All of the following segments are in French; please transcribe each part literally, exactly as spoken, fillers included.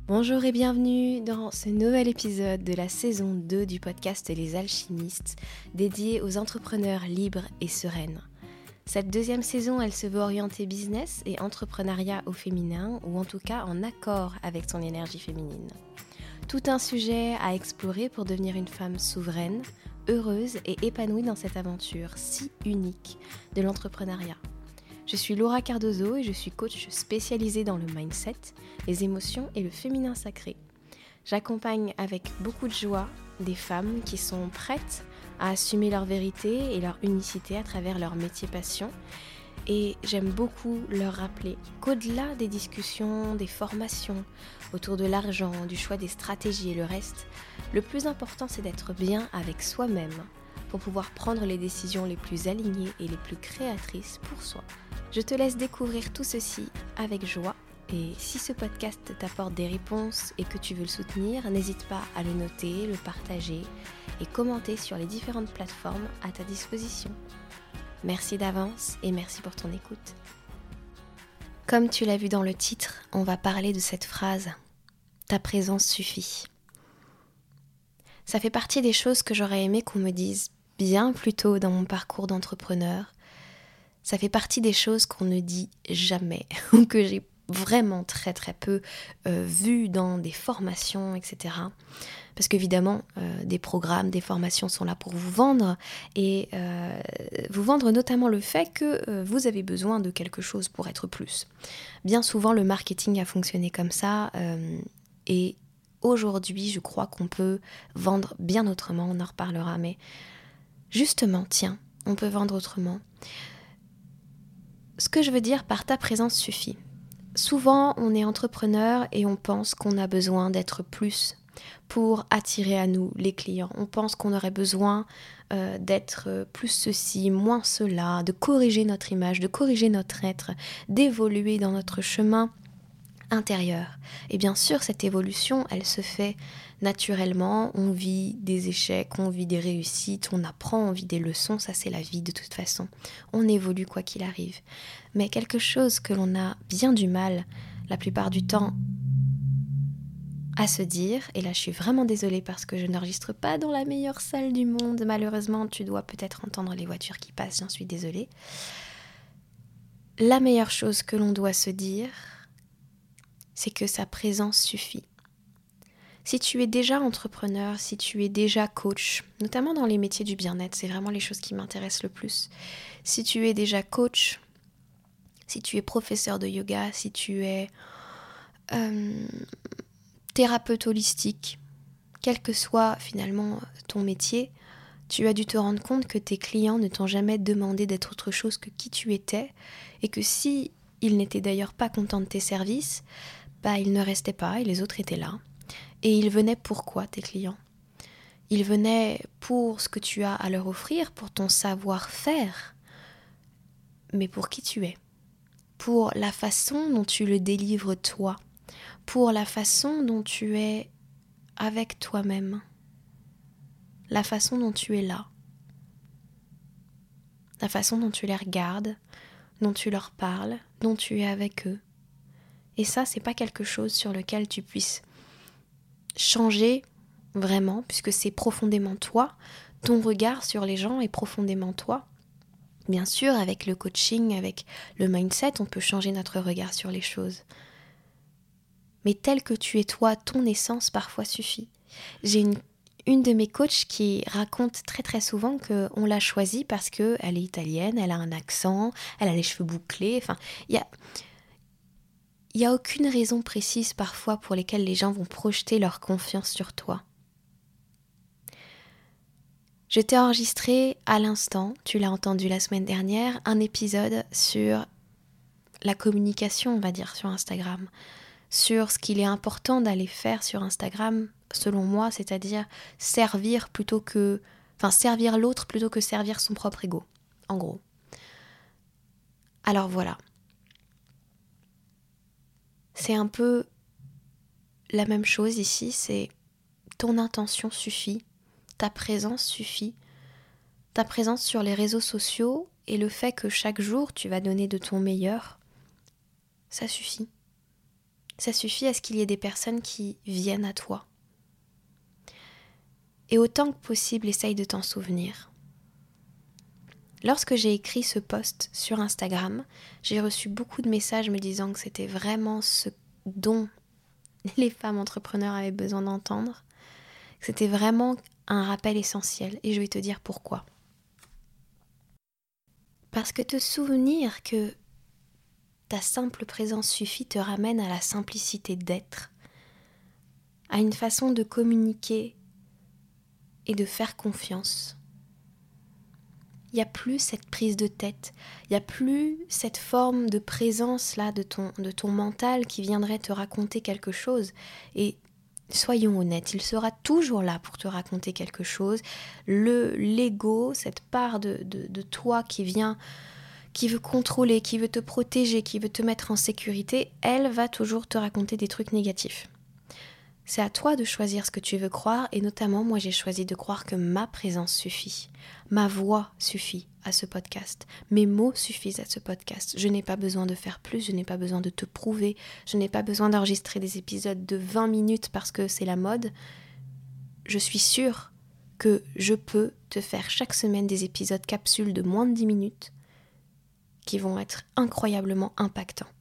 Bonjour et bienvenue dans ce nouvel épisode de la saison deux du podcast Les Alchimistes, dédié aux entrepreneurs libres et sereines. Cette deuxième saison, elle se veut orientée business et entrepreneuriat au féminin, ou en tout cas en accord avec son énergie féminine. Tout un sujet à explorer pour devenir une femme souveraine, heureuse et épanouie dans cette aventure si unique de l'entrepreneuriat. Je suis Laura Cardozo et je suis coach spécialisée dans le mindset, les émotions et le féminin sacré. J'accompagne avec beaucoup de joie des femmes qui sont prêtes à assumer leur vérité et leur unicité à travers leur métier passion. Et j'aime beaucoup leur rappeler qu'au-delà des discussions, des formations, autour de l'argent, du choix des stratégies et le reste, le plus important c'est d'être bien avec soi-même pour pouvoir prendre les décisions les plus alignées et les plus créatrices pour soi. Je te laisse découvrir tout ceci avec joie et si ce podcast t'apporte des réponses et que tu veux le soutenir, n'hésite pas à le noter, le partager et commenter sur les différentes plateformes à ta disposition. Merci d'avance et merci pour ton écoute. Comme tu l'as vu dans le titre, on va parler de cette phrase « Ta présence suffit ». Ça fait partie des choses que j'aurais aimé qu'on me dise bien plus tôt dans mon parcours d'entrepreneur. Ça fait partie des choses qu'on ne dit jamais ou que j'ai vraiment très très peu euh, vu dans des formations, et cetera. Parce qu'évidemment, euh, des programmes, des formations sont là pour vous vendre et euh, vous vendre notamment le fait que euh, vous avez besoin de quelque chose pour être plus. Bien souvent, le marketing a fonctionné comme ça euh, et aujourd'hui, je crois qu'on peut vendre bien autrement, on en reparlera, mais justement, tiens, on peut vendre autrement. Ce que je veux dire par ta présence suffit. Souvent, on est entrepreneur et on pense qu'on a besoin d'être plus pour attirer à nous les clients. On pense qu'on aurait besoin euh, d'être plus ceci, moins cela, de corriger notre image, de corriger notre être, d'évoluer dans notre chemin intérieur. Et bien sûr, cette évolution, elle se fait naturellement. On vit des échecs, on vit des réussites, on apprend, on vit des leçons. Ça, c'est la vie de toute façon. On évolue quoi qu'il arrive. Mais quelque chose que l'on a bien du mal, la plupart du temps, à se dire, et là je suis vraiment désolée parce que je n'enregistre pas dans la meilleure salle du monde, malheureusement tu dois peut-être entendre les voitures qui passent, j'en suis désolée. La meilleure chose que l'on doit se dire, c'est que sa présence suffit. Si tu es déjà entrepreneur, si tu es déjà coach, notamment dans les métiers du bien-être, c'est vraiment les choses qui m'intéressent le plus. Si tu es déjà coach, si tu es professeur de yoga, si tu es euh, thérapeute holistique, quel que soit finalement ton métier, tu as dû te rendre compte que tes clients ne t'ont jamais demandé d'être autre chose que qui tu étais et que si ils n'étaient d'ailleurs pas contents de tes services, bah ils ne restaient pas et les autres étaient là. Et ils venaient pourquoi tes clients ? Ils venaient pour ce que tu as à leur offrir, pour ton savoir-faire, mais pour qui tu es, pour la façon dont tu le délivres toi, pour la façon dont tu es avec toi-même, la façon dont tu es là, la façon dont tu les regardes, dont tu leur parles, dont tu es avec eux. Et ça, c'est pas quelque chose sur lequel tu puisses changer vraiment, puisque c'est profondément toi, ton regard sur les gens est profondément toi. Bien sûr, avec le coaching, avec le mindset, on peut changer notre regard sur les choses. Mais tel que tu es toi, ton essence parfois suffit. J'ai une, une de mes coachs qui raconte très très souvent qu'on l'a choisie parce qu'elle est italienne, elle a un accent, elle a les cheveux bouclés, enfin, il y a... Il n'y a aucune raison précise parfois pour lesquelles les gens vont projeter leur confiance sur toi. Je t'ai enregistré à l'instant, tu l'as entendu la semaine dernière, un épisode sur la communication, on va dire, sur Instagram. Sur ce qu'il est important d'aller faire sur Instagram, selon moi, c'est-à-dire servir plutôt que... Enfin, servir l'autre plutôt que servir son propre ego, en gros. Alors voilà. C'est un peu la même chose ici, c'est ton intention suffit, ta présence suffit, ta présence sur les réseaux sociaux et le fait que chaque jour tu vas donner de ton meilleur, ça suffit. Ça suffit à ce qu'il y ait des personnes qui viennent à toi. Et autant que possible, essaye de t'en souvenir. Lorsque j'ai écrit ce post sur Instagram, j'ai reçu beaucoup de messages me disant que c'était vraiment ce dont les femmes entrepreneurs avaient besoin d'entendre, que c'était vraiment un rappel essentiel. Et je vais te dire pourquoi. Parce que te souvenir que ta simple présence suffit te ramène à la simplicité d'être, à une façon de communiquer et de faire confiance. Il n'y a plus cette prise de tête, il n'y a plus cette forme de présence là de ton, de ton mental qui viendrait te raconter quelque chose. Et soyons honnêtes, il sera toujours là pour te raconter quelque chose. Le, l'ego, cette part de, de, de toi qui vient, qui veut contrôler, qui veut te protéger, qui veut te mettre en sécurité, elle va toujours te raconter des trucs négatifs. C'est à toi de choisir ce que tu veux croire et notamment moi j'ai choisi de croire que ma présence suffit, ma voix suffit à ce podcast, mes mots suffisent à ce podcast. Je n'ai pas besoin de faire plus, je n'ai pas besoin de te prouver, je n'ai pas besoin d'enregistrer des épisodes de vingt minutes parce que c'est la mode. Je suis sûre que je peux te faire chaque semaine des épisodes capsules de moins de dix minutes qui vont être incroyablement impactants.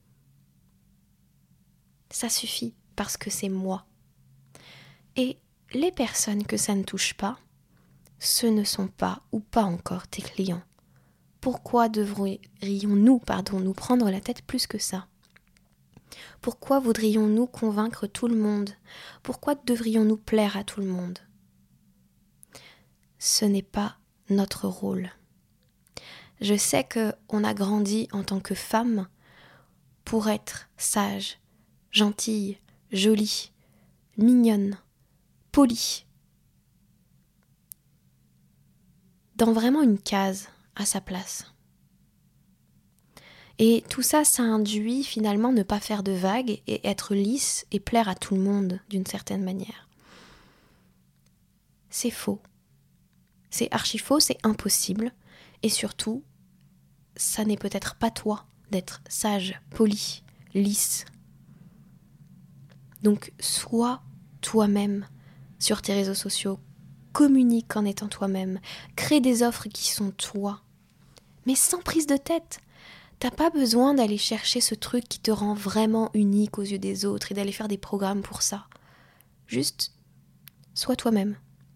Ça suffit. Parce que c'est moi. Et les personnes que ça ne touche pas, ce ne sont pas ou pas encore tes clients. Pourquoi devrions-nous, pardon, nous prendre la tête plus que ça ? Pourquoi voudrions-nous convaincre tout le monde ? Pourquoi devrions-nous plaire à tout le monde ? Ce n'est pas notre rôle. Je sais qu'on a grandi en tant que femme pour être sage, gentille, jolie, mignonne, polie, dans vraiment une case à sa place. Et tout ça, ça induit finalement ne pas faire de vagues et être lisse et plaire à tout le monde d'une certaine manière. C'est faux. C'est archi faux, c'est impossible. Et surtout, ça n'est peut-être pas toi d'être sage, poli, lisse. Donc, sois toi-même sur tes réseaux sociaux, communique en étant toi-même, crée des offres qui sont toi, mais sans prise de tête. T'as pas besoin d'aller chercher ce truc qui te rend vraiment unique aux yeux des autres et d'aller faire des programmes pour ça. Juste, sois toi-même.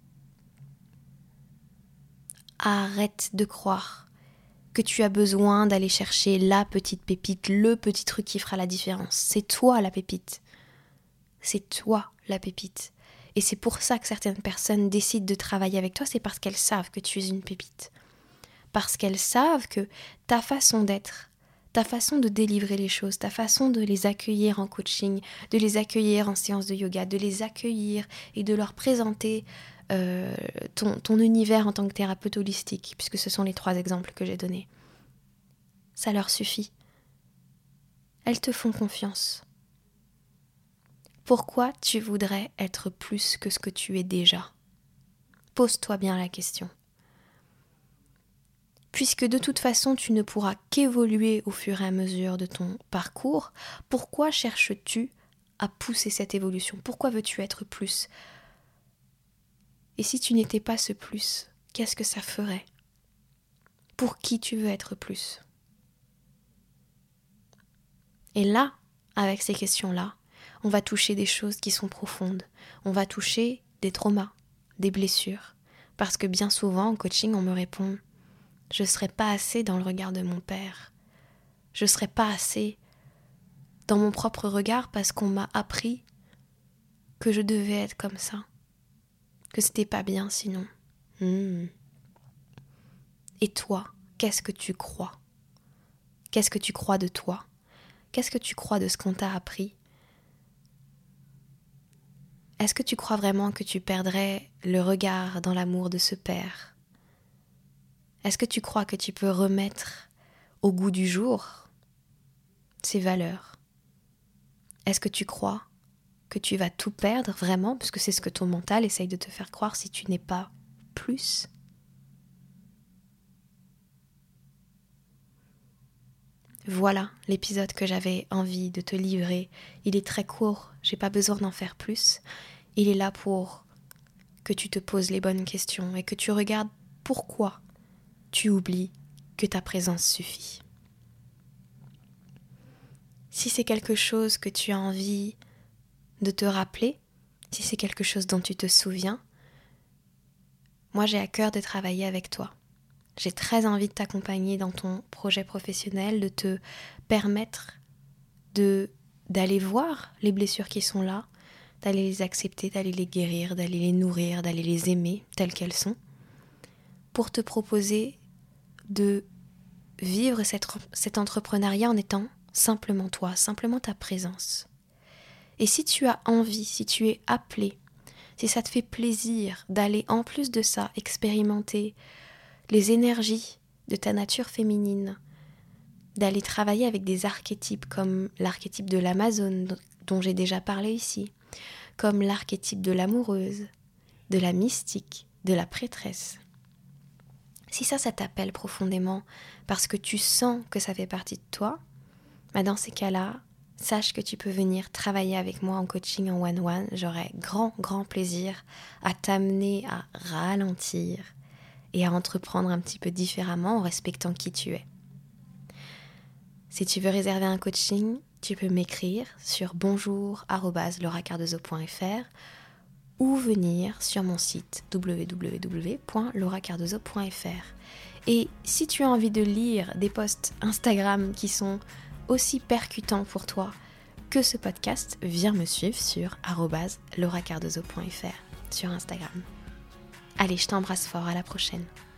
Arrête de croire que tu as besoin d'aller chercher la petite pépite, le petit truc qui fera la différence. C'est toi la pépite. C'est toi la pépite. Et c'est pour ça que certaines personnes décident de travailler avec toi, c'est parce qu'elles savent que tu es une pépite. Parce qu'elles savent que ta façon d'être, ta façon de délivrer les choses, ta façon de les accueillir en coaching, de les accueillir en séance de yoga, de les accueillir et de leur présenter euh, ton, ton univers en tant que thérapeute holistique, puisque ce sont les trois exemples que j'ai donnés. Ça leur suffit. Elles te font confiance. Pourquoi tu voudrais être plus que ce que tu es déjà ? Pose-toi bien la question. Puisque de toute façon tu ne pourras qu'évoluer au fur et à mesure de ton parcours, pourquoi cherches-tu à pousser cette évolution ? Pourquoi veux-tu être plus ? Et si tu n'étais pas ce plus, qu'est-ce que ça ferait ? Pour qui tu veux être plus ? Et là, avec ces questions-là, on va toucher des choses qui sont profondes. On va toucher des traumas, des blessures. Parce que bien souvent, en coaching, on me répond « Je ne serai pas assez dans le regard de mon père. Je ne serai pas assez dans mon propre regard parce qu'on m'a appris que je devais être comme ça. Que c'était pas bien sinon. Mmh. » Et toi, qu'est-ce que tu crois ? Qu'est-ce que tu crois de toi ? Qu'est-ce que tu crois de ce qu'on t'a appris ? Est-ce que tu crois vraiment que tu perdrais le regard dans l'amour de ce père ? Est-ce que tu crois que tu peux remettre au goût du jour ces valeurs ? Est-ce que tu crois que tu vas tout perdre vraiment, puisque c'est ce que ton mental essaye de te faire croire si tu n'es pas plus ? Voilà l'épisode que j'avais envie de te livrer. Il est très court, j'ai pas besoin d'en faire plus. Il est là pour que tu te poses les bonnes questions et que tu regardes pourquoi tu oublies que ta présence suffit. Si c'est quelque chose que tu as envie de te rappeler, si c'est quelque chose dont tu te souviens, moi j'ai à cœur de travailler avec toi. J'ai très envie de t'accompagner dans ton projet professionnel, de te permettre de, d'aller voir les blessures qui sont là, d'aller les accepter, d'aller les guérir, d'aller les nourrir, d'aller les aimer telles qu'elles sont, pour te proposer de vivre cette, cet entrepreneuriat en étant simplement toi, simplement ta présence. Et si tu as envie, si tu es appelé, si ça te fait plaisir d'aller en plus de ça expérimenter les énergies de ta nature féminine, d'aller travailler avec des archétypes comme l'archétype de l'Amazone dont j'ai déjà parlé ici, comme l'archétype de l'amoureuse, de la mystique, de la prêtresse. Si ça, ça t'appelle profondément parce que tu sens que ça fait partie de toi, bah dans ces cas-là, sache que tu peux venir travailler avec moi en coaching en one-one. J'aurai grand, grand plaisir à t'amener à ralentir et à entreprendre un petit peu différemment en respectant qui tu es. Si tu veux réserver un coaching, tu peux m'écrire sur bonjour arobase laura cardozo point f r ou venir sur mon site w w w point laura cardozo point f r. Et si tu as envie de lire des posts Instagram qui sont aussi percutants pour toi que ce podcast, viens me suivre sur arobase laura cardozo point f r sur Instagram. Allez, je t'embrasse fort, à la prochaine.